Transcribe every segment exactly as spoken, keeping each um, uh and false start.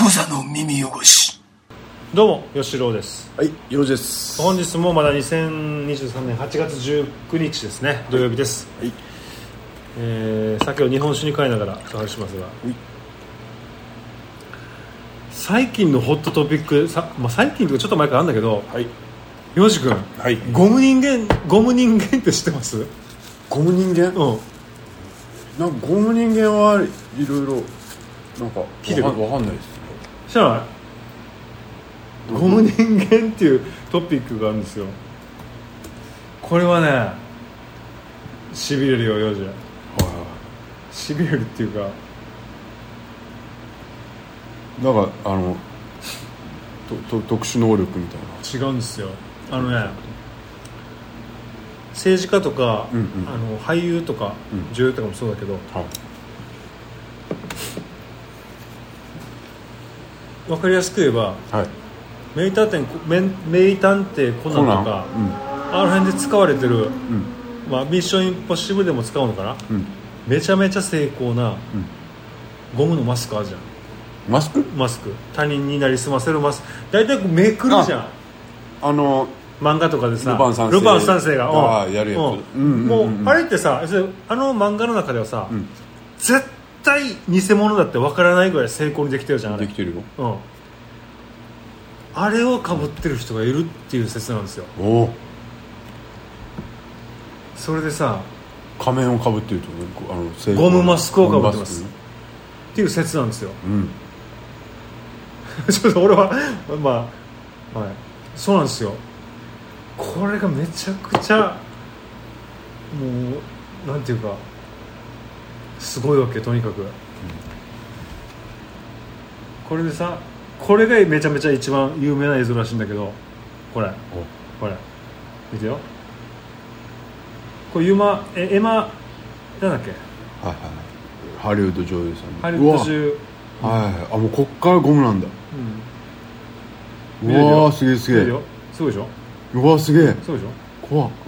座の耳汚し。 どうも吉郎です。 はい、よろしです。 本日もまだにせんにじゅうさんねんはちがつじゅうくにちですね、土曜日です。 はい、 えー、酒を日本酒に変えながらお話しますが、はい、最近のホットトピックさ、まあ、最近というかちょっと前からあるんだけど、 はい、 洋志君、 はい、 ゴム人間ゴム人間って知ってます？ ゴム人間？ うん。 なんかゴム人間はいろいろなんか聞いてる？ わかんないです。 知らない？ゴム人間っていうトピックがあるんですよ。これはね、しびれるよ、幼児。しびれるっていうか、 なんかあのとと特殊能力みたいな。違うんですよ。あのね、政治家とか、うんうん、あの俳優とか、うん、女優とかもそうだけど、はい、分かりやすく言えば、はい、名探偵、名探偵コナンとか、うん、あの辺で使われてる、うん、まあ、ミッションインポッシブルでも使うのかな、うん、めちゃめちゃ精巧な、うん、ゴムのマスクあるじゃん。 マスク？ マスク、他人になりすませるマスク、大体めくるじゃん。 あ, あの漫画とかでさ、 ルパン三世、 ルパン三世が、 ああやるやつ、うんうんうん、 もうあれってさ、あの漫画の中ではさ、うん、絶対偽物だって分からないぐらい精巧にできてるじゃん。あれできてるよ、 うん、あれを被ってる人がいるっていう説なんですよ。 おお。 それでさ、 仮面を被ってるとあのゴムマスクを被ってます、ね、っていう説なんですよ、うん、ちょっと俺はまあ、はい、そうなんですよ。これがめちゃくちゃもうなんていうかすごいわけ。とにかく、うん、これでさ、これがめちゃめちゃ一番有名な映像らしいんだけど、これこれ見てよ。これユマえエマなんだっけ、 はいはい、ハリウッド女優さん。 ハリウッド女優、 はいはい、あ、もうこっからゴムなんだ、うん、うわーすげえすげえ、 すごいでしょ。 うわーすげえ、 そうでしょ。 怖っ、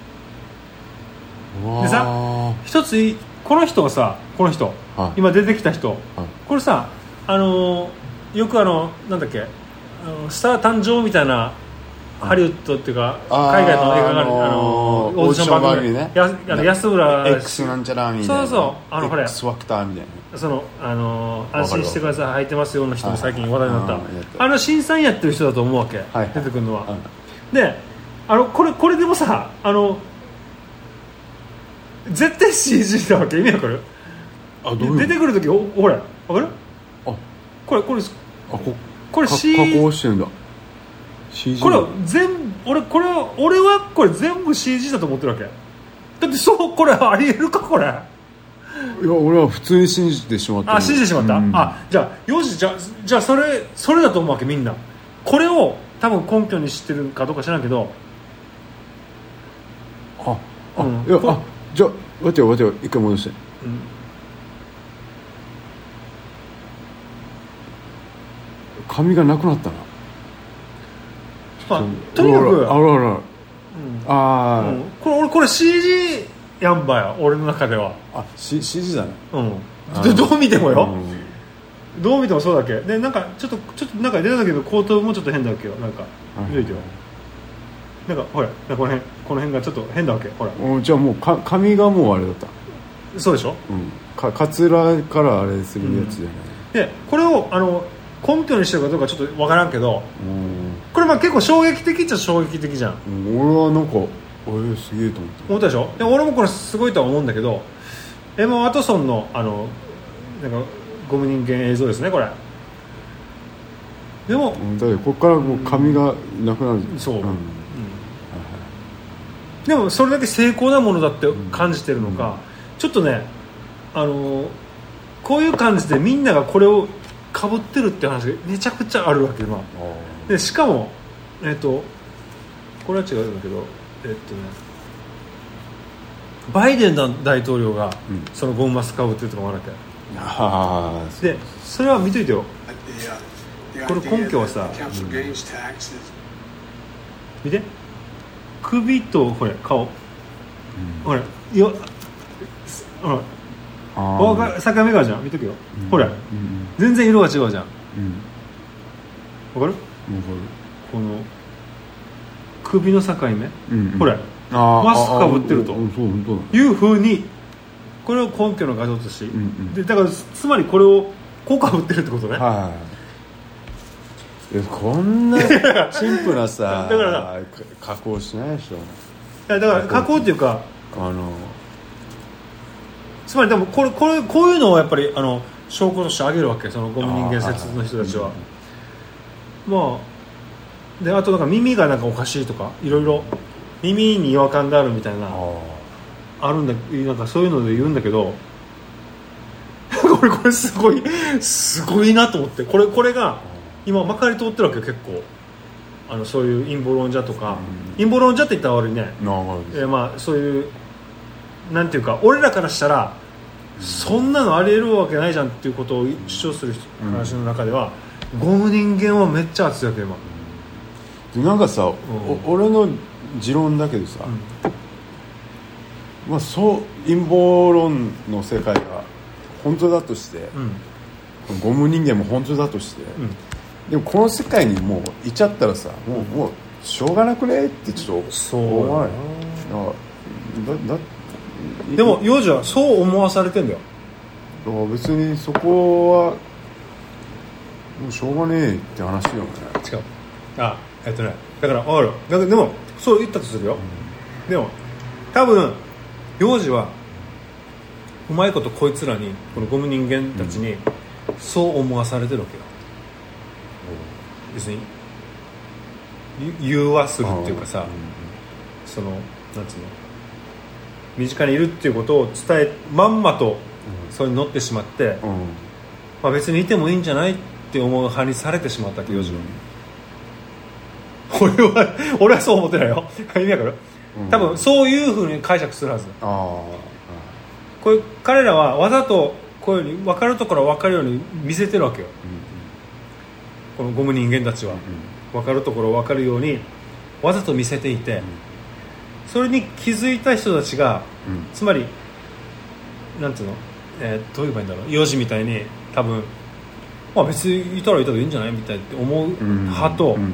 うん、でさ、一ついこの人がさ、この人、はい、今出てきた人、はい、これさ、あのー、よくあのなんだっけ、あのスター誕生みたいなハリウッドっていうか海外の映画がある、あのー、オーディション番組ね、やあの安村 X なんちゃらみたいな、 そうそう、あのこれ X ファクターみたいな、その、 あのー、安心してください履いてますよの人も最近話題になった、はい、あ, あの審査員やってる人だと思うわけ、はい、出てくるのは、はい、で、あのこれこれでもさ、あの絶対 シージー なわけ。意味わかる？あ、どういうの？出てくるとき、ほら、わかる？あ、これこれあここれ C 加工してるんだ。シージーこれ全部俺これは俺はこれ全部 シージー だと思ってるわけ。だってそう、これありえるかこれ？いや、 俺は普通に信じてしまった。 あ、信じてしまった。うん、あ、じゃあよし、じゃあじゃあそれそれだと思うわけみんな。これを多分根拠に知ってるかどうか知らんけど。 あ、あ、うん、いや、あ、じゃあ待てよ待てよ、一回戻して。うん、髪がなくなったな。 まあ、とにかくあらあら、うん、あ、 うん、これ俺これ シージー やんばよ、俺の中では。 あ、C、シージー だね。 うん。どう見てもよ、うん、どう見てもそうだっけで、なんかちょっとちょっとなんか出たけど口頭もちょっと変だわけよ。なんか見といてよ。なんかほら、この辺この辺がちょっと変だわけ。ほら。 じゃあもうか髪がもうあれだった。 そうでしょ。 うん。かカツラからあれするやつじゃない。 うん、でこれをあの根拠にしてるかどうかちょっとわからんけど、これまあ結構衝撃的っちゃ衝撃的じゃん。 うん、俺はなんか俺すげえと思って思ったでしょ。で俺もこれすごいとは思うんだけど、エマ・ワトソンのあのなんかゴム人間映像ですねこれ。でも、 うん、だからここからもう髪がなくなる、うん、 そう、うんうん、でもそれだけ精巧なものだって感じてるのか、うん、ちょっとね、あのこういう感じでみんながこれを被ってるって話がめちゃくちゃあるわけ今で、しかもえっとこれは違うんだけど、えっとねバイデン大統領がそのゴムマスク被ってるとかもあるわけ、うん、あでそれは見といてよ。これ根拠はさ、うん、見て首とこれ顔、うん、ほらよ、ほら境目があるじゃん、見とけよ、うん、ほら、うん、全然色が違うじゃん、うん、 わかる？この首の境目、 うんうん、 これマスクかぶってるというふうにこれを根拠の画像として、うんうん、でだからつまりこれをこうかぶってるってことね。 はい、こんなシンプルなさだから加工しないでしょ。いやだから加工っていうかあのつまりでもこれこれこういうのをやっぱりあの証拠としてあげるわけ、そのゴム人間説の人たちは。まあであとなんか耳がなんかおかしいとかいろいろ耳に違和感があるみたいなあるんだ、なんかそういうので言うんだけどこれこれすごいすごいなと思って、これこれが今まかり通ってるわけよ結構。あのそういう陰謀論者とか、うん、陰謀論者って言ったら悪いね、えまあそういうなんていうか俺らからしたら、うん、そんなのあり得るわけないじゃんっていうことを主張する話の中では、うん、ゴム人間はめっちゃ熱いわけよ今。 でなんかさ、うん、俺の持論だけどさ、うんまあ、そう陰謀論の世界が本当だとして、うん、ゴム人間も本当だとして、うんでもこの世界にもういちゃったらさもう、うん、もうしょうがなくねってちょっと思わない。だだでも幼児はそう思わされてんだよ。 だから別にそこはもうしょうがねえって話だよね。 違うあえっとねだからあるだからでもそう言ったとするよ、うん、でも多分幼児はうまいことこいつらにこのゴム人間たちにそう思わされてるわけよ。要するに融和するっていうかさ、うん、そのなんつうの身近にいるっていうことを伝えまんまとそれに乗ってしまって、うんまあ、別にいてもいいんじゃないって思う派にされてしまったって幼児は、うん、俺は俺はそう思ってないよ意味わかる、うん、多分そういう風に解釈するはず。あ、こういう彼らはわざとこういうふうに分かるところは分かるように見せてるわけよ、うんこのゴム人間たちは分かるところ分かるようにわざと見せていて、それに気づいた人たちが、うん、つまりなんていうの、えー、どう言えばいいんだろう、幼児みたいに多分、まあ、別にいたらいたでいいんじゃないみたいって思う派と、うんうん、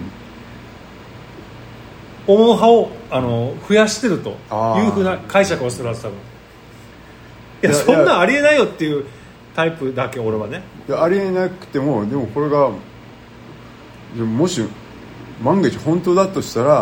思う派をあの増やしてるというふうな解釈をするはず。多分いやそんなありえないよっていうタイプだけ俺はね。 いやありえなくてもでもこれがもし万が一本当だとしたら、うん、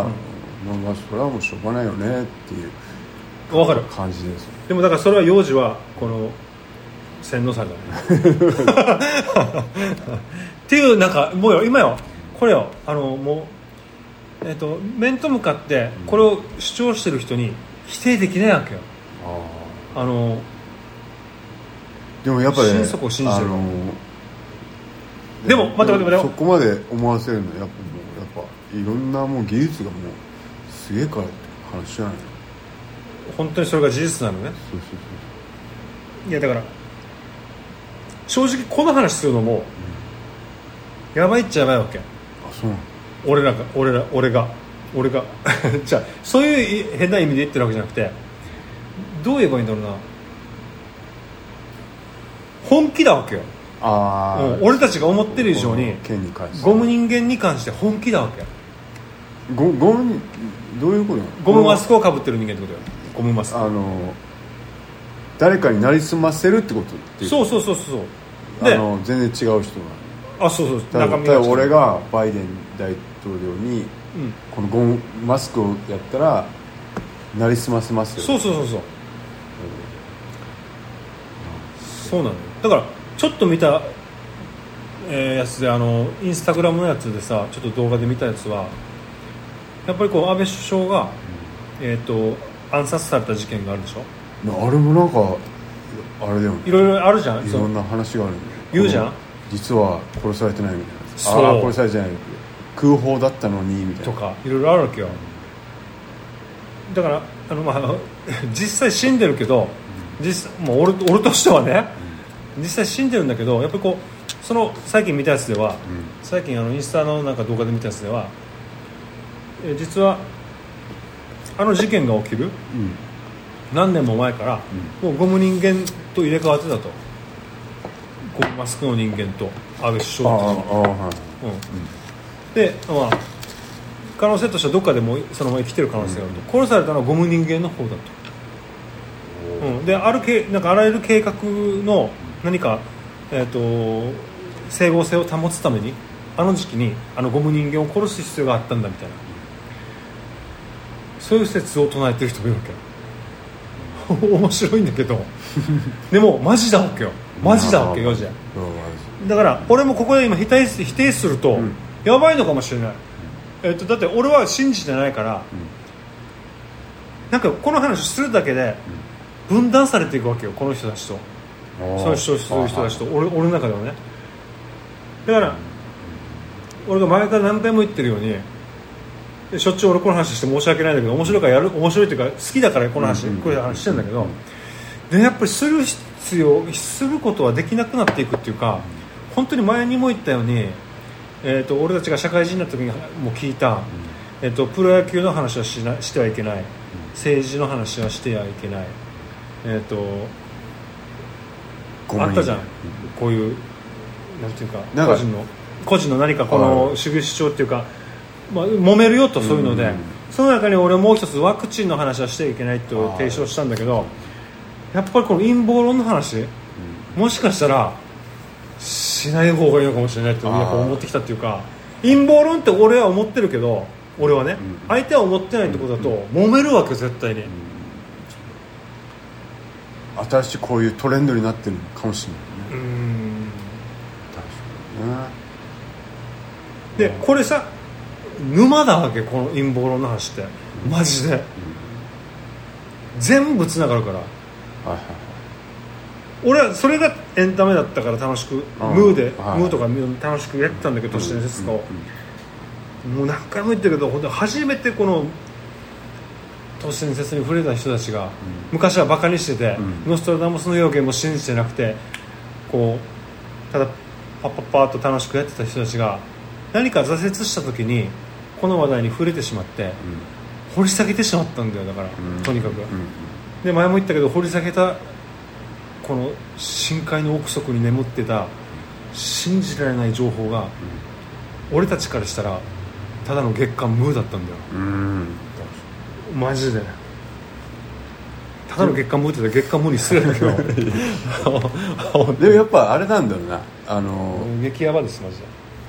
まあそれはもうしょうがないよねっていう分かる感じです。 でもだからそれは幼児はこの洗脳されたっていうなんかもうよ今よこれよあのもうえっ、ー、と面と向かってこれを主張してる人に否定できないわけよ。ああのでもやっぱり、ね、 心底信じてる。でも待って待って待ってそこまで思わせるのはやっぱもうやっぱいろんなもう技術がもうすげえからって話じゃないの。 本当にそれが事実なのね。そうそうそう。いやだから正直この話するのも、うん、やばいっちゃやばいわけ。あ、 そうなの。 俺らが俺ら俺が俺がじゃあそういう変な意味で言ってるわけじゃなくて、どう言えばいいんだろうな、本気だわけよ。あ、うん、俺たちが思ってる以上にゴム人間に関して本気だわけ。 ゴゴムどういうことなの？ ゴムマスクをかぶってる人間ってことよ。ゴムマスク、あの誰かになりすませるってことっていう。 そうそうそうそう。 であの全然違う人が、 あ、そうそう、 例えば俺がバイデン大統領に、うん、このゴムマスクをやったらなりすませますよ。 そうそうそうそう、うん、そうなのよ。だからちょっと見た、えー、やつであのインスタグラムのやつでさ、ちょっと動画で見たやつはやっぱりこう安倍首相が、うんえー、と暗殺された事件があるでしょ。 あれもなんかあれだよね、 いろいろあるじゃん。 いろんな話があるんだよ。 言うじゃん、 実は殺されてないみたいな。そう、ああ殺されてない空砲だったのにみたいなとかいろいろあるわけよ。だからあの、まあ、実際死んでるけど、実もう 俺, 俺としてはね、うん、実際死んでるんだけど、やっぱりこうその最近見たやつでは、うん、最近あのインスタのなんか動画で見たやつでは、え実はあの事件が起きる、うん、何年も前から、うん、もうゴム人間と入れ替わってたと。ゴムマスクの人間と安倍首相と、 ああ、はい、 で、まあ、可能性としてはどっかでもそのまま生きてる可能性があると、うん、殺されたのはゴム人間の方だと、うん、であるけなんかあらゆる計画の何か、えー、と整合性を保つためにあの時期にあのゴム人間を殺す必要があったんだみたいな、そういう説を唱えてる人もいるわけよ面白いんだけどでもマジだわけよ、マジだわけよ。じゃだから俺もここで今否定、否定すると、うん、やばいのかもしれない、えー、とだって俺は信じてないから、うん、なんかこの話するだけで分断されていくわけよ、この人たちとその主張する人たちと 俺, 俺の中ではね。だから俺が前から何回も言ってるように、しょっちゅう俺この話して申し訳ないんだけど、面白いからやる、面白いというか好きだからこの話、うんうん、こういう話してるんだけど、でやっぱりする必要することはできなくなっていくっていうか、本当に前にも言ったように、えー、と俺たちが社会人になった時にも聞いた、えー、とプロ野球の話はしなしてはいけない、政治の話はしてはいけない、えー、とあったじゃん、こういうなんていうか個人の個人の何かこの主義主張っていうか、まあ、揉めるよと、そういうので、うん、その中に俺もう一つワクチンの話はしてはいけないと提唱したんだけど、やっぱりこの陰謀論の話、うん、もしかしたらしない方がいいのかもしれないとやっぱ思ってきたっていうか、陰謀論って俺は思ってるけど、俺はね、うん、相手は思ってないってことだと揉めるわけ絶対に、 うん、新しいこういうトレンドになってるのかもしれないね。うんでこれさ沼だわけ、この陰謀論の話ってマジで、うん、全部つながるから、はいはいはい、俺はそれがエンタメだったから楽しく、うん、ムーで、はい、ムーとか楽しくやってたんだけど、都市伝説と、うんうん、もう何回も言ってるけど、本当に初めてこの都市伝説に触れた人たちが、うん、昔はバカにしてて、うん、ノストラダムスの予言も信じてなくて、こうただパッパッパーっと楽しくやってた人たちが何か挫折した時にこの話題に触れてしまって、うん、掘り下げてしまったんだよ。だから、うん、とにかく、うん、で前も言ったけど、掘り下げたこの深海の奥底に眠ってた信じられない情報が、うん、俺たちからしたらただの月刊ムーだったんだよ、うん、マジでただの月刊ムーって言ったら月刊ムーに失礼だけどでもやっぱあれなんだろうな、あのー、激ヤバですマジ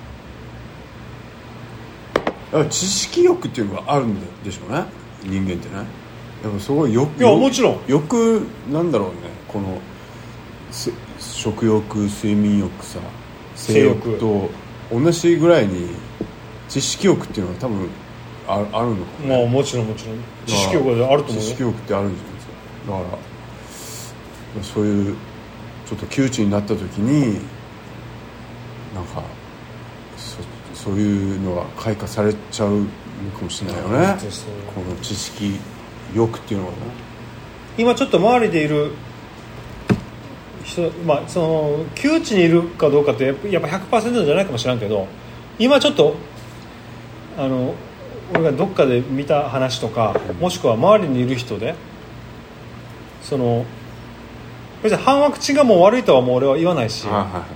で。知識欲っていうのがあるんでしょうね、人間ってね。でもすごい欲、 いやもちろん欲なんだろうね、この食欲、睡眠欲さ、性欲と同じぐらいに知識欲っていうのは多分 あ, あるのかも、ね、 まあもちろんもちろん知識欲はあると思うよ。 知識欲ってあるんじゃないですか。だからそういうちょっと窮地になった時になんか そ, そういうのが開花されちゃうのかもしれないよね、この知識欲っていうのはね。 今ちょっと周りでいる人、まあ、その窮地にいるかどうかってやっぱ ひゃくパーセント じゃないかもしれんけど、今ちょっとあの俺がどっかで見た話とか、もしくは周りにいる人でその別に反ワクチンがもう悪いとはもう俺は言わないし、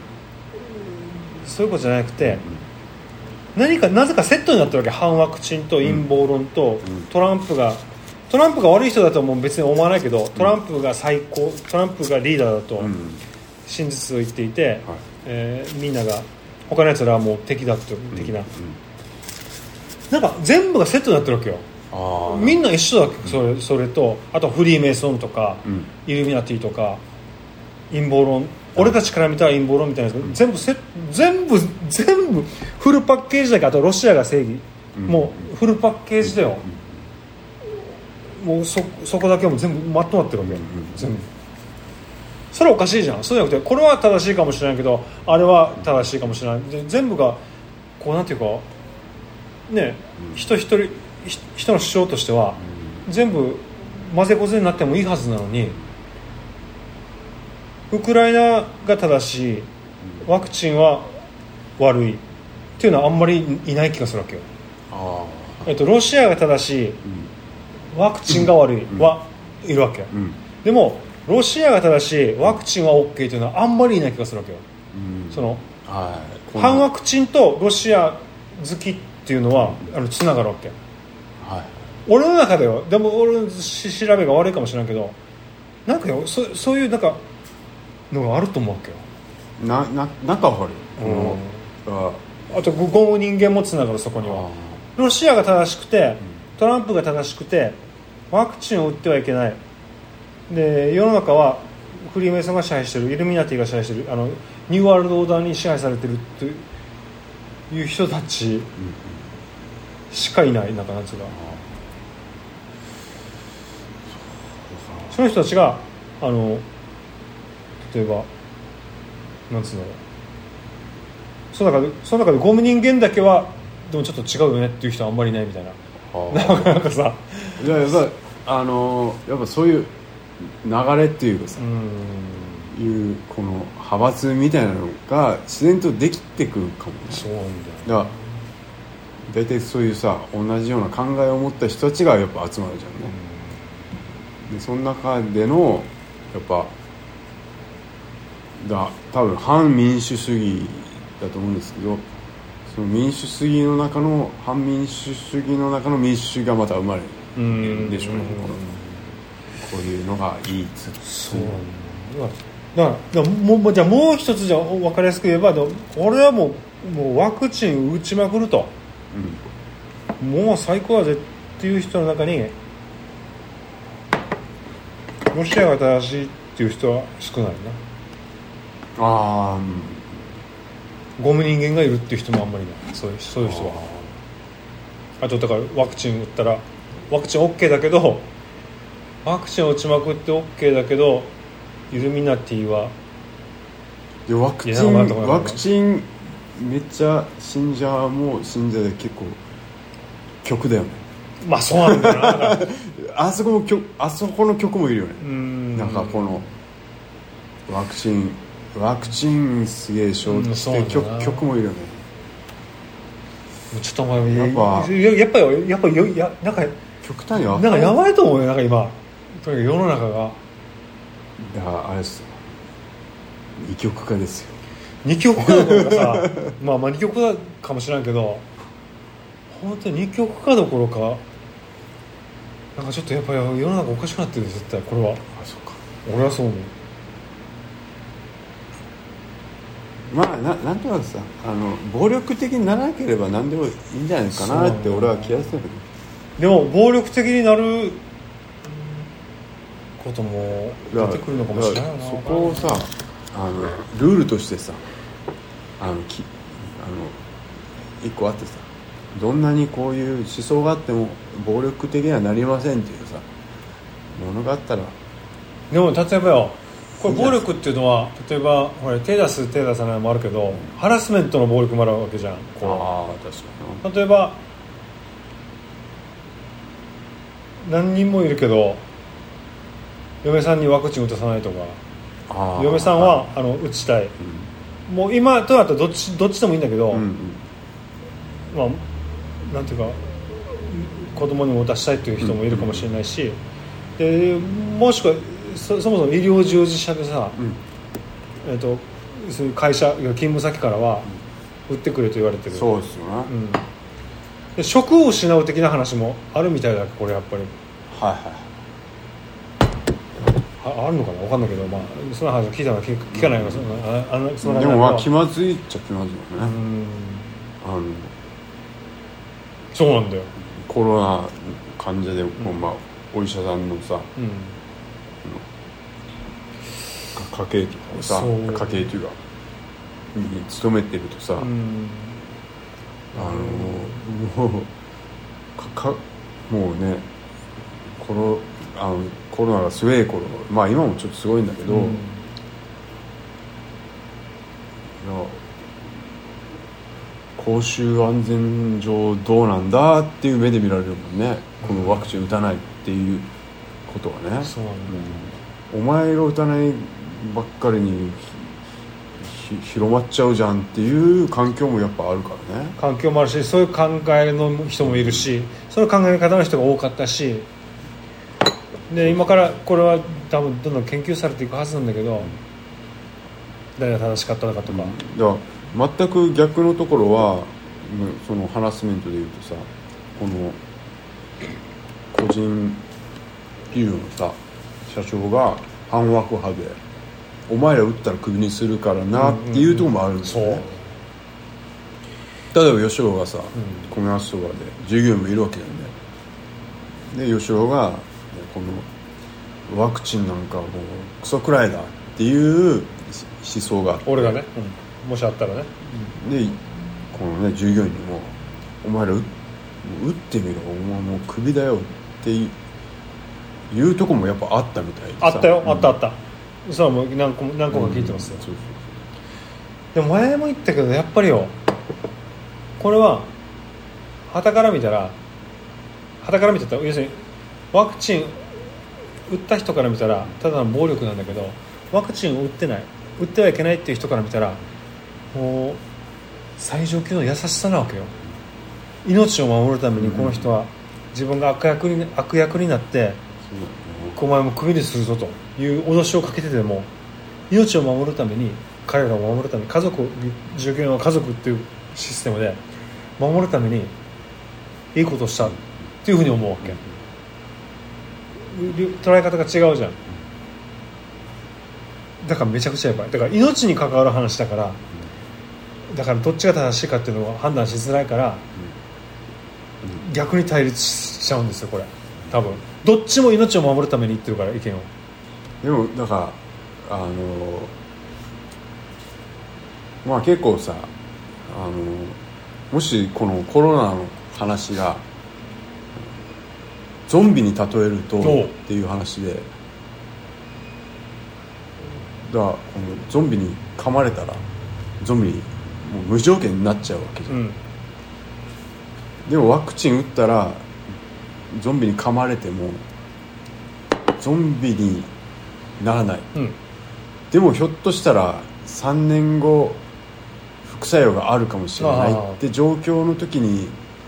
そういうことじゃなくて、何かなぜかセットになってるわけ。反ワクチンと陰謀論とトランプがトランプが悪い人だとはもう別に思わないけど、トランプが最高、トランプがリーダーだと真実を言っていて、えー、みんなが他のやつらはもう敵だって的な、なんか全部がセットになってるわけよ。あみんな一緒だっけ、それ、それとあとフリーメイソンとか、うん、イルミナティとか陰謀論、俺たちから見たら陰謀論みたいなやつ、うん、全部せ全部全部フルパッケージだけ、あとロシアが正義、うん、もうフルパッケージだよ、うん、もう そ, そこだけはもう全部まとまってるわけよ、うん、全部。それはおかしいじゃん。そうじゃなくて、これは正しいかもしれないけどあれは正しいかもしれない、で全部がこうなんていうかね、うん、人一人人の主張としては全部混ぜこぜになってもいいはずなのに、ウクライナが正しい、ワクチンは悪いっていうのはあんまりいない気がするわけよ。あ、えっと、ロシアが正しい、ワクチンが悪いはいるわけ、うん、でもロシアが正しい、ワクチンは OK っていうのはあんまりいない気がするわけよ、うん、その、はい、反ワクチンとロシア好きっていうのはあのつながるわけ、 はい、 俺の中では。でも俺の調べが悪いかもしれないけど、なんかよ そ, そういうなんかのがあると思うわけよ。 なななんかわかるよ、 うん、あ, あとゴム人間もつながる。そこにはロシアが正しくてトランプが正しくてワクチンを打ってはいけない。で世の中はフリーメイソンが支配してる、イルミナティが支配してる、あのニューワールドオーダーに支配されてるっていう人たちしかいない。なんかなんつうか、その人たちがあの例えばなんつうんだろう、その中でその中でゴム人間だけはでもちょっと違うよねっていう人はあんまりいないみたいな。なんかなんかさ、 じゃあやっぱあのやっぱそういう流れっていうかさ、うんいうこの派閥みたいなのが自然とできてくるかもね。 そうなんだよ。 だから大体そういうさ同じような考えを持った人たちがやっぱ集まるじゃんね、うん、でその中でのやっぱだ多分反民主主義だと思うんですけど、その民主主義の中の反民主主義の中の民主主義がまた生まれるんでしょうね。こういうのがいいっつって。 そうだからもうじゃあもう一つじゃ分かりやすく言えば、俺はもう、もうワクチン打ちまくると、うん、もう最高だぜっていう人の中にロシアが正しいっていう人は少ないな。 ああ、 うん、ゴム人間がいるっていう人もあんまりいない。そういう、そういう人は。あとだからワクチン打ったらワクチン OK だけど、ワクチンを打ちまくって OK だけどイルミナティはでワクチンワクチンめっちゃ信者も信者で結構曲だよね。 まあそうなんだよな。 あそこも曲、あそこの曲もいるよね。うんなんかこのワクチンワクチンすげえしょって曲、曲もいるよね。 ちょっとお前やっぱやっぱりやっぱりやなんか極端にはなんかやばいと思うよ。なんか今とにかく世の中がいやあれですよ、二極化ですよ。 二極化どころかさまあまあ二極化かもしれんけど、本当に二極化どころかなんかちょっとやっぱり世の中おかしくなってる絶対これは。あ、そうか。俺はそう思う。 まあ な, なんとなくさあの暴力的にならなければ何でもいいんじゃないかなって俺は気がするけど、 でも暴力的になることも出てくるのかもしれないな。 そこをさあのルールとしてさあのきあの一個あってさ、どんなにこういう思想があっても暴力的にはなりませんっていうさものがあったら。 でも例えばよ、これ暴力っていうのは例えばほら手出す手出さないもあるけど、うん、ハラスメントの暴力もあるわけじゃん。こうああ確かに例えば何人もいるけど嫁さんにワクチン打たさないとか、あ嫁さんはあの打ちたい、うん、もう今となったらどっちどっちでもいいんだけど、うんうん、まあなんていうか子供にも打たしたいという人もいるかもしれないし、うんうん、でもしくは そ, そもそも医療従事者でさ、うんえー、とそういう会社勤務先からは打ってくれと言われてる。 そうですよね、うん、 で職を失う的な話もあるみたいだ。これやっぱりはいはいあ, あるのかな分かんないけど、まあ、その話聞いたのは 聞, 聞かないから、うん、あのそのでもまあ気まずいっちゃ気まずいよね。うんあのそうなんだよ。 コロナ患者で、うんまあ、お医者さんのさ、うん、家系とかさ家系というかに勤めてるとさ、うん、あのもうかかもうねコロあのコロナがすごい頃、まあ今もちょっとすごいんだけど、うん、公衆安全上どうなんだっていう目で見られるもんね、うん、このワクチン打たないっていうことはね。 そうなんだ、 うん、お前が打たないばっかりに広まっちゃうじゃんっていう環境もやっぱあるからね。 環境もあるし、そういう考えの人もいるし、その考え方の人が多かったし、で今からこれは多分どんどん研究されていくはずなんだけど、誰が正しかったのかとか、 うん、だから全く逆のところはそのハラスメントでいうとさ、この個人ビルのさ社長が反枠派でお前ら撃ったらクビにするからなっていうところもあるんですよね、うんうんうん、例えば吉尾がさ、うん、米橋そばで従業員もいるわけなんで、で吉尾がこのワクチンなんかもうクソくらいだっていう思想があって、 俺がね、うん、もしあったらね、 でこのね従業員にもお前ら撃ってみろお前もうクビだよっていうとこもやっぱあったみたいでさ、 あったよ、うん、あったあったそれはもう何個も何個か聞いてますよ、うん、そうそうそう。でも前も言ったけどやっぱりよこれは傍から見たら傍から見てたら要するにワクチン打った人から見たらただの暴力なんだけど、ワクチンを打ってない打ってはいけないっていう人から見たらもう最上級の優しさなわけよ。命を守るためにこの人は自分が悪役に、悪役になってお前もクビにするぞという脅しをかけてでも命を守るために彼らを守るために家族従業員は家族っていうシステムで守るためにいいことをしたっていうふうに思うわけ。捉え方が違うじゃん。だからめちゃくちゃやばい。だから命に関わる話だからだからどっちが正しいかっていうのを判断しづらいから逆に対立しちゃうんですよこれ多分。どっちも命を守るために言ってるから意見を。 でもだからあのまあ結構さあのもしこのコロナの話がゾンビに例えるとっていう話で、だからこのゾンビに噛まれたらゾンビもう無条件になっちゃうわけじゃん、うん、でもワクチン打ったらゾンビに噛まれてもゾンビにならない、うん、でもひょっとしたらさんねんご副作用があるかもしれないって状況の時に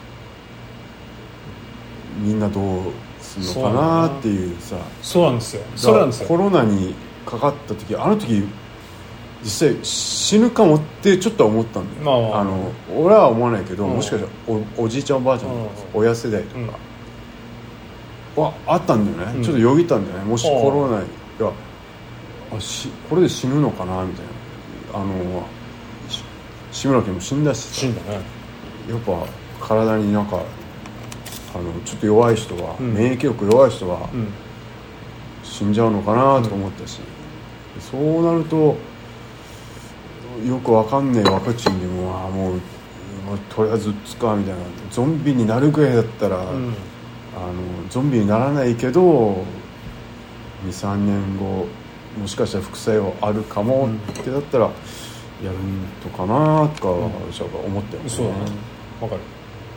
みんなどうするのかなっていうさ。 そうなんですよ。そうなんですよ。 コロナにかかった時あの時実際死ぬかもってちょっとは思ったんだよ、まあまあ、あの俺は思わないけど、うん、もしかしたら お, おじいちゃんおばあちゃんとか、うん、親世代とか、うん、はあったんだよね、うん、ちょっとよぎったんだよねもしコロナにあしこれで死ぬのかなみたいな。あの志村けんも死んだし死んだね。 やっぱ体になんかあのちょっと弱い人は、うん、免疫力弱い人は、うん、死んじゃうのかなと思ったし、うん、そうなるとよくわかんねえワクチンでもあもうとりあえず打つかみたいな。ゾンビになるぐらいだったら、うん、あのゾンビにならないけど にさんねんごもしかしたら副作用あるかもってだったら、やるのかなとか思ったよね。 そうだね。わかる。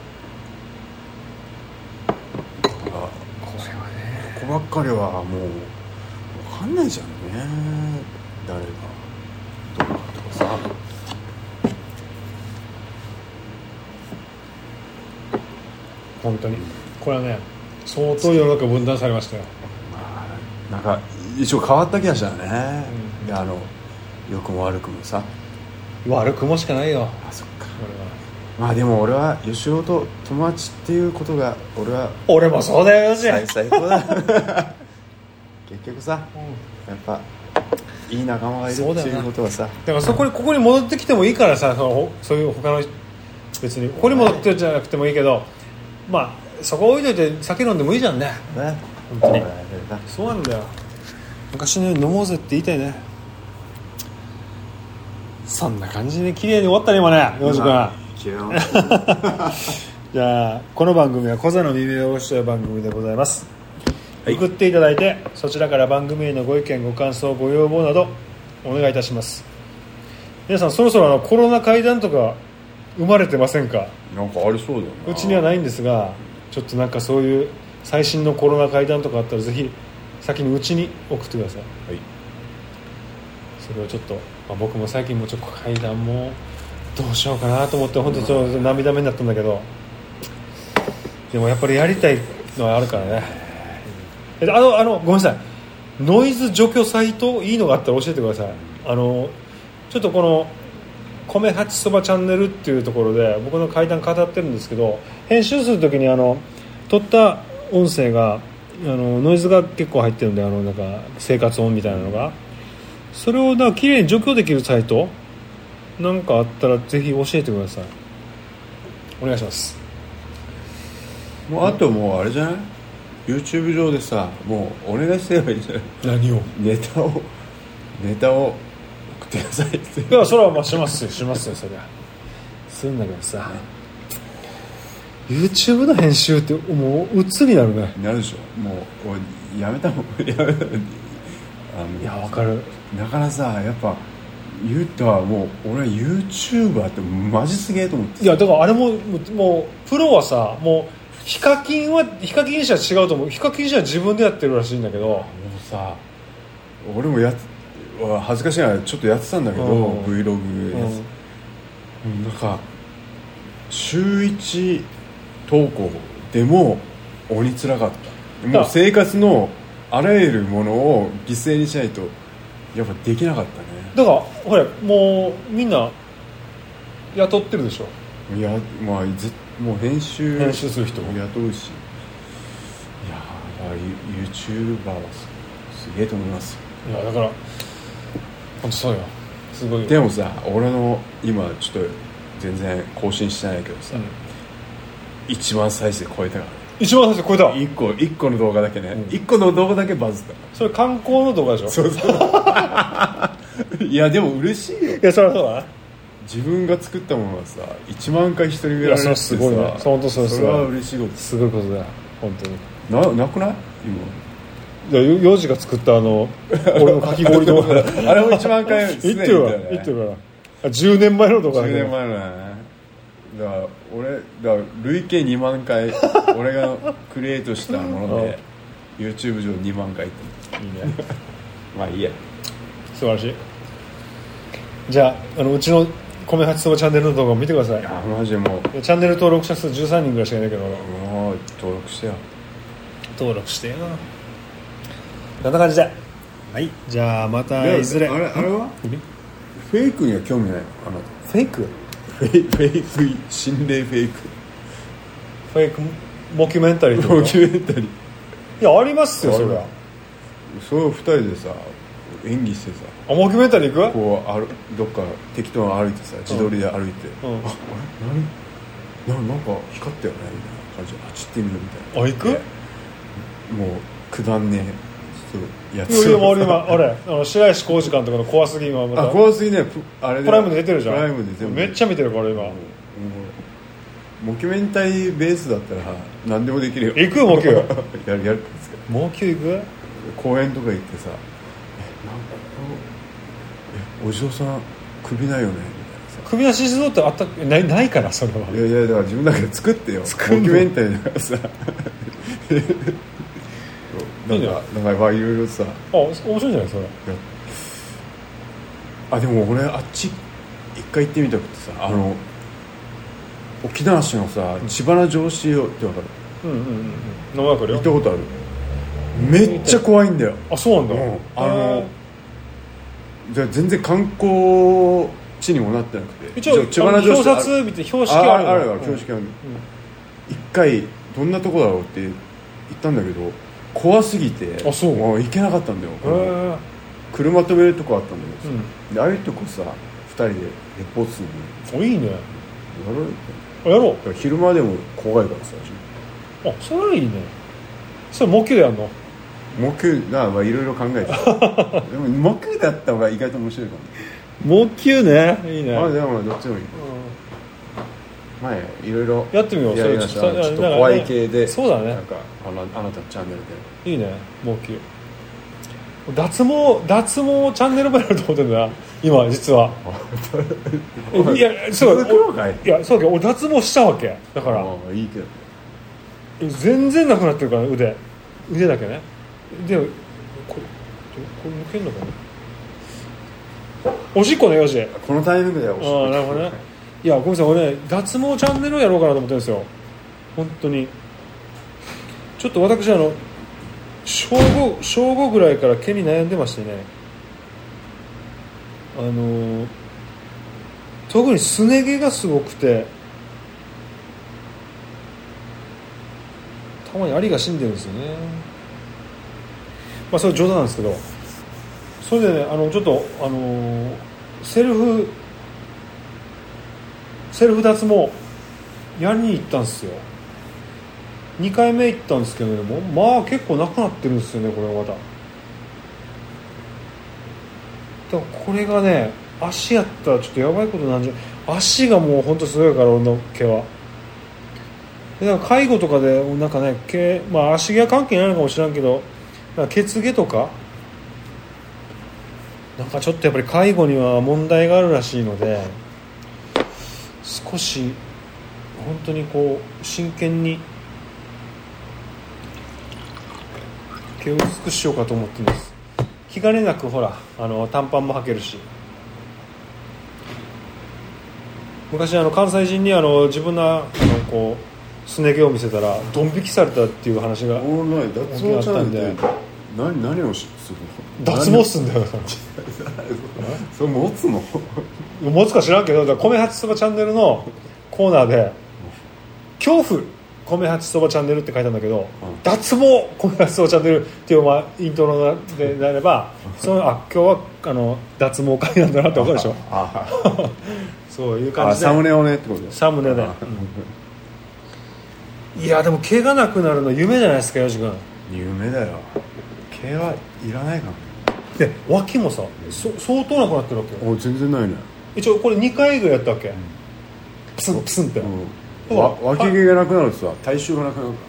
だからこれはねここばっかりはもう分かんないじゃんね。誰がどうかとかさ。 本当にこれはね相当世の中分断されましたよ。 まあなんか一応変わった気がしたね、うん、あの良くも悪くもさ。 悪くもしかないよ。 あそっか。俺はまあでも俺は吉尾と友達っていうことが俺は俺もそうだよよし最高だ結局さ、うん、やっぱいい仲間がいるっていうことはさだからそこにここに戻ってきてもいいからさ、そのそういう他の別にここに戻ってじゃなくてもいいけど、まあそこ置いといて酒飲んでもいいじゃんね。ね本当にそうなんだよ。昔のように飲もうぜって言いたいね。そんな感じで綺麗に終わったね今ね洋二君。じゃあこの番組はコザの耳を汚しという番組でございます、はい、送っていただいてそちらから番組へのご意見ご感想ご要望などお願いいたします。皆さんそろそろあのコロナ会談とか生まれてませんか。 なんかありそうだよな。 うちにはないんですがちょっとなんかそういう最新のコロナ会談とかあったらぜひ先にうちに送ってください、はい、それをちょっと、まあ、僕も最近もちょっと階段もどうしようかなと思って本当にちょっと涙目になったんだけど、でもやっぱりやりたいのはあるからね。あのあのごめんなさいノイズ除去サイトいいのがあったら教えてください。あのちょっとこの米八そばチャンネルっていうところで僕の階段語ってるんですけど、編集するときにあの撮った音声があのノイズが結構入ってるんで、あのなんか生活音みたいなのが、それをなんか綺麗に除去できるサイトなんかあったらぜひ教えてください。お願いします。 もうあともうあれじゃない、 YouTube 上でさ、もうお願いすればいいんじゃない？ 何を？ ネタをネタを送ってくださいって。 いやそれはまあしますよしますよそりゃするんだけどさ、YouTube の編集ってもう鬱になるね。 なるでしょ。もう俺やめたもんやめたもんあのいやわかる。 だからさ、やっぱ言ったらもう俺は YouTuber ってマジすげえと思って。 いやだからあれももうプロはさ、もうヒカキンはヒカキン社は違うと思う。ヒカキン社は自分でやってるらしいんだけど、もうさ、俺もや恥ずかしいなちょっとやってたんだけど、うん、Vlog やつ、うん、なんか週一投稿でも鬼つらかった。もう生活のあらゆるものを犠牲にしないとやっぱできなかったね。 だからほらもうみんな雇ってるでしょ。 いや、まあ、ずもう編集編集する人も雇うし、いやー YouTuber は す, すげえと思います。 いやだから本当そうよ。すごいよ。 でもさ、俺の今ちょっと全然更新してないけどさ、うん、いちまん再生超えたからね。 いちまん再生超えた。 いっこ、いっこの動画だけね、うん、いっこの動画だけバズった。 それ観光の動画でしょ。 そうそういやでも嬉しいよ。 いやそれはそうだな。 自分が作ったものがさいちまんかい人に見られるってさ、 すごいね。本当そうです。 それは嬉しいこと。 すごいことだよ本当に。 な, なくない今。いやヨジが作ったあの俺のかき氷動画あれもいちまんかいいってるわ、いってるからじゅうねんまえの動画だけど。 じゅうねんまえのね。だから俺だから累計にまんかい俺がクリエイトしたものでYouTube 上にまんかいっていいねまあいいや。 素晴らしい。じゃあ、あのうちの米八そばチャンネルの動画を見てください。 いやマジでもうチャンネル登録者数じゅうさんにんぐらいしかいないけど、もう登録してよ。 登録してよ。こんな感じで、はい、じゃあまたいずれ。 あれあれはフェイクには興味ないの？あのフェイクフェイクフェイク心霊フェイクフェイクモキュメンタリーとかモキュメンタリー。 いやありますよそれは。 それをふたりでさ演技してさ、 あモキュメンタリー行く？ こうあるどっか適当に歩いてさ、自撮りで歩いて、うん、ああれ何ななんか光ったよねみたいな感じで、あっち行ってみるみたいな。 あ行く？ もうくだんねえやつ。 いやいやもう今あれあの白石浩二監督の怖すぎ今また。 あ怖すぎね。あれでプライムで出てるじゃん。 プライムで全部めっちゃ見てるから今。 モキュメンタリーベースだったら何でもできるよ。 行くモキュやるやるんですか。 モキュ行く？ 公園とか行ってさ、えお嬢さん首ないよねみたいなさ。 首なし像ってあったないないからそれは。 いやいやだから自分だけで作ってよ。モキュメンタリーだからさなんかなんかいろいろさ、 あ面白いんじゃないそれ。 あでも俺あっち一回行ってみたくてさ、あの沖縄市のさ知花城市って分かる？ うんうんうんうん。名前わかるよ。 行ったことある？めっちゃ怖いんだよ。 あそうなんだ。うん、 あのじゃ全然観光地にもなってなくて、 一応知花城市表札見て標識ある。 あるある標識ある。一回どんなとこだろうって行ったんだけど怖すぎてあそうもう行けなかったんだよ。車止めるとこあったんだけど、うん、でああいうとこさふたりでレポートするの。おいいね。やろうあやろう。 昼間でも怖いからさ。 あそれはいいね。それモキュでやんの？ モキュがまあいろいろ考えてでもモキュだった方が意外と面白いかも。モキュねいいね。 まあでもどっちもいい、うん、まあいろいろやってみよう。 いやいやちょっと怖い系で、 そうだね。 なんかあのあなたのチャンネルでいいね。モキュ脱毛脱毛チャンネルもやると思ってんだな今実は。いやそういやそうだけど俺脱毛したわけだから。 あいいけど全然なくなってるから、ね、腕腕だけね。でこれこれ抜けんのかな。おしっこのよしこのタイミングでおしっこ。 あなるほどね。いやごめんなさい俺ね脱毛チャンネルをやろうかなと思ってるんですよ本当に。ちょっと私あの小ご小ごぐらいから毛に悩んでましてね、あの特にすね毛がすごくて、たまにアリが死んでるんですよね。まあそれ冗談なんですけど、それでね、あのちょっとあのー、セルフセルフ脱毛やりに行ったんですよ。にかいめ行ったんですけどね、もうまあ結構なくなってるんですよね、これはまた。だからこれがね、足やったらちょっとやばいことなんじゃ、足がもうほんとすごいから、俺の毛は。でなんか介護とかでなんかね、毛、まあ足毛は関係ないのかもしれんけど、なんか血毛とかなんかちょっとやっぱり介護には問題があるらしいので、少し本当にこう真剣に毛を薄くしようかと思っています。気兼ねなくほら、あの短パンも履けるし。昔あの関西人にあの自分の、あのこうすね毛を見せたらドン引きされたっていう話があったんで。 何何をするの？脱毛すんだよ。 それ持つの？ 持つか知らんけど、だから米八そばチャンネルのコーナーで恐怖米八そばチャンネルって書いたんだけど、うん、脱毛米八そばチャンネルっていう、まあ、イントロでなればそのあ今日はあの脱毛会なんだなって分かるでしょ。ああそういう感じでサムネをねってことでサムネで、うん、いやでも毛がなくなるの夢じゃないですか、よし君。 夢だよ。毛はいらないかな。 で脇もさ、そ相当なくなってるわけよ。 お全然ないね。 一応これにかいぐらいやったわけ、うん、プスンプスンって、 うん、わ脇毛がなくなるとさ、体臭がなくなるから。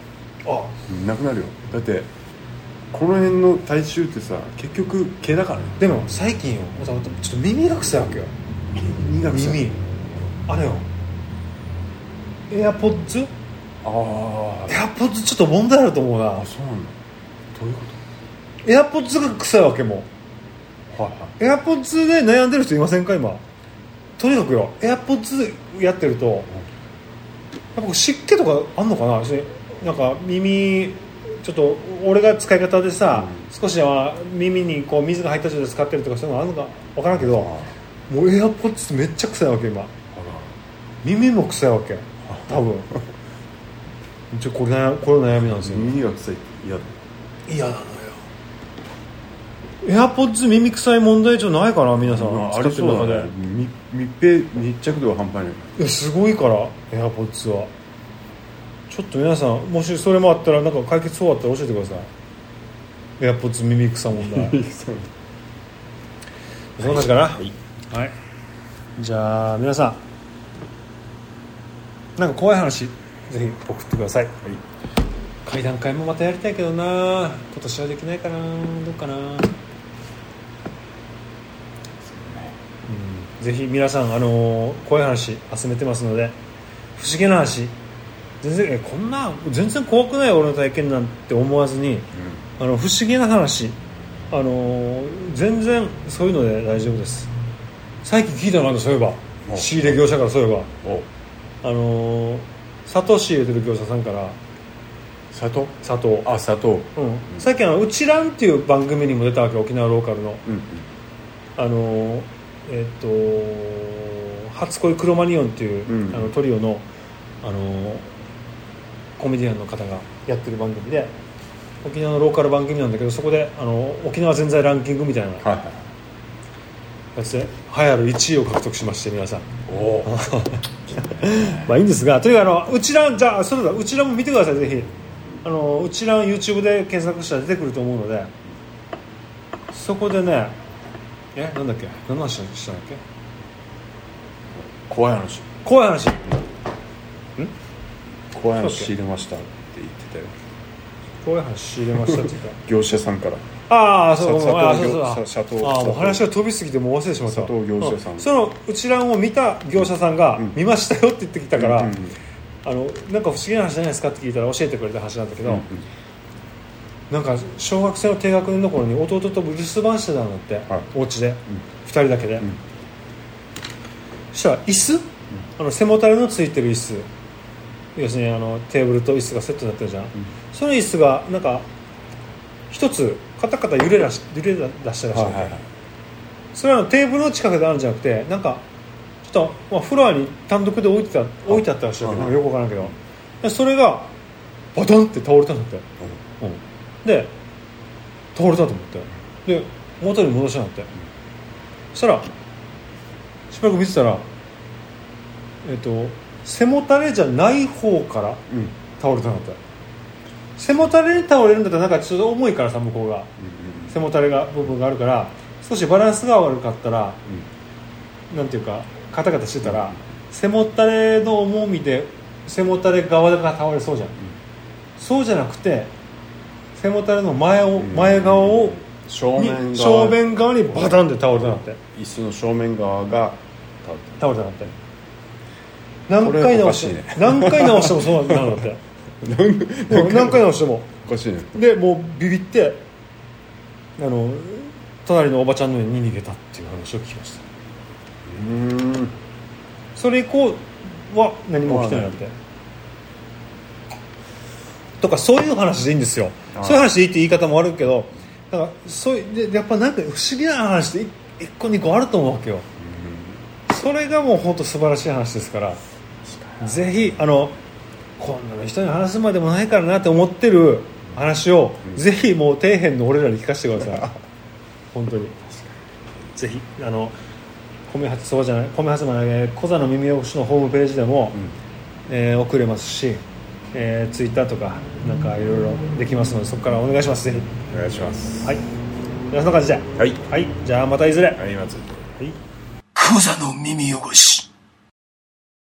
ああなくなるよ。だってこの辺の体臭ってさ結局毛だからね。 でも最近よ、ちょっと耳が臭いわけよ。 耳が臭い。 耳あれよ、エアポッズ。 ああエアポッズちょっと問題あると思うな。 あそうなんだ。どういうこと？ エアポッズが臭いわけも、はいはい、エアポッズで悩んでる人いませんか今。とにかくよ、エアポッズやってると、うん、やっぱ湿気とかあんのかな。なんか耳ちょっと俺が使い方でさ、うん、少しは耳にこう水が入った状態で使ってるとかそういうのあるのか分からんけど、うん、もうエアポッズめっちゃ臭いわけ今。耳も臭いわけ多分。ちょこれ悩これ悩みなんですよ。 耳が臭いって嫌だ。 嫌なのよ。エアポッズ耳臭い問題じゃないかな皆さん、 まあ、使ってる中で、ね、密閉密着度が半端ない。 いやすごいからエアポッズは。ちょっと皆さんもしそれもあったらなんか解決法あったら教えてください。エアポッズ耳臭問題。そんな感じかな、はい、はい、じゃあ皆さんなんか怖い話ぜひ送ってください、はい、会談会もまたやりたいけどな、今年はできないかな、どうかな、うん、ぜひ皆さん、あのー、怖い話集めてますので、不思議な話全然えこんな全然怖くない俺の体験なんて思わずに、うん、あの不思議な話、あのー、全然そういうので大丈夫です。最近聞いたのなんだ、そういえば仕入れ業者から、そういえばあのー、砂糖仕入れてる業者さんから砂糖砂糖あ砂糖、 うん、さっきあのうちらんっていう番組にも出たわけ、沖縄ローカルの、うんうん、あのー、えっ、ー、と初恋クロマニオンっていう、うん、あのトリオのあのーコメディアンの方がやってる番組で、沖縄のローカル番組なんだけど、そこであの沖縄全財ランキングみたいなやつで流行るいちいを獲得しまして、皆さんおまあいいんですが、とにかくあのうちらんじゃあそうだうちらも見てください、ぜひあのうちらん YouTube で検索したら出てくると思うので、そこでね、えなんだっけ何の話したんだっけ、 怖い話怖い話ん怖い話仕入れましたって言ってたよ。 怖い話仕入れましたって言った業者さんから。 ああそうそうあそうそうああもう話が飛びすぎてもう忘れてしまった。 砂糖業者さん、 そのうちらんを見た業者さんが、うん、見ましたよって言ってきたから、うんうんうん、あのなんか不思議な話じゃないですかって聞いたら教えてくれた話なんだけど、うんうん、なんか小学生の低学年の頃に弟と留守番してたんだって、はい、お家で、うん、ふたりだけで、うん、そしたら椅子、うん、あの背もたれのついてる椅子、要するにあのテーブルと椅子がセットになってるじゃん、うん、その椅子がなんか一つカタカタ揺れ出し揺れ出したらしい、はいはいはい、それはテーブルの近くであるんじゃなくて、なんかそしたら、まあ、フロアに単独で置いてた置いてあったらしいわけど、よくわからんけど、でそれがバタンって倒れたんだって、うんうん、で倒れたと思ってで元に戻したんだって、そしたらしばらく見てたら、えっと背もたれじゃない方から倒れたんだって、うん、背もたれに倒れるんだったらなんかちょっと重いからさ、向こうが、うんうん、背もたれが部分があるから少しバランスが悪かったら、うん、なんていうかカタカタしてたら、うん、背もたれの重みで背もたれ側が倒れそうじゃん、うん、そうじゃなくて背もたれの前を、うん、前側を正面側正面側にバタンって倒れたんだって、 椅子の正面側が倒れたんだって、何回直して、ね、何回直してもそうなんだって何回直してもおかしいね。 でもうビビってあの隣のおばちゃんの家に逃げたっていう話を聞きました。 うーん、 それ以降は何も起きてないなって、とかそういう話でいいんですよ。そういう話でいいって言い方もあるけど、だからそういうでやっぱなんか不思議な話で一個二個あると思うわけよ。それがもう本当素晴らしい話ですから、ぜひあのこんなの人に話すまでもないからなって思ってる話を、うん、ぜひもう底辺の俺らに聞かせてください本当にぜひあの米発そうじゃない米発まで小座の耳汚しのホームページでも、うん、えー、送れますし、えー、ツイッターとかなんかいろいろできますので、そこからお願いします。ぜひお願いします。 はい、そんな感じで、 はい、 はい、じゃあまたいずれ。 はい、まず、 はい、小座の耳汚し。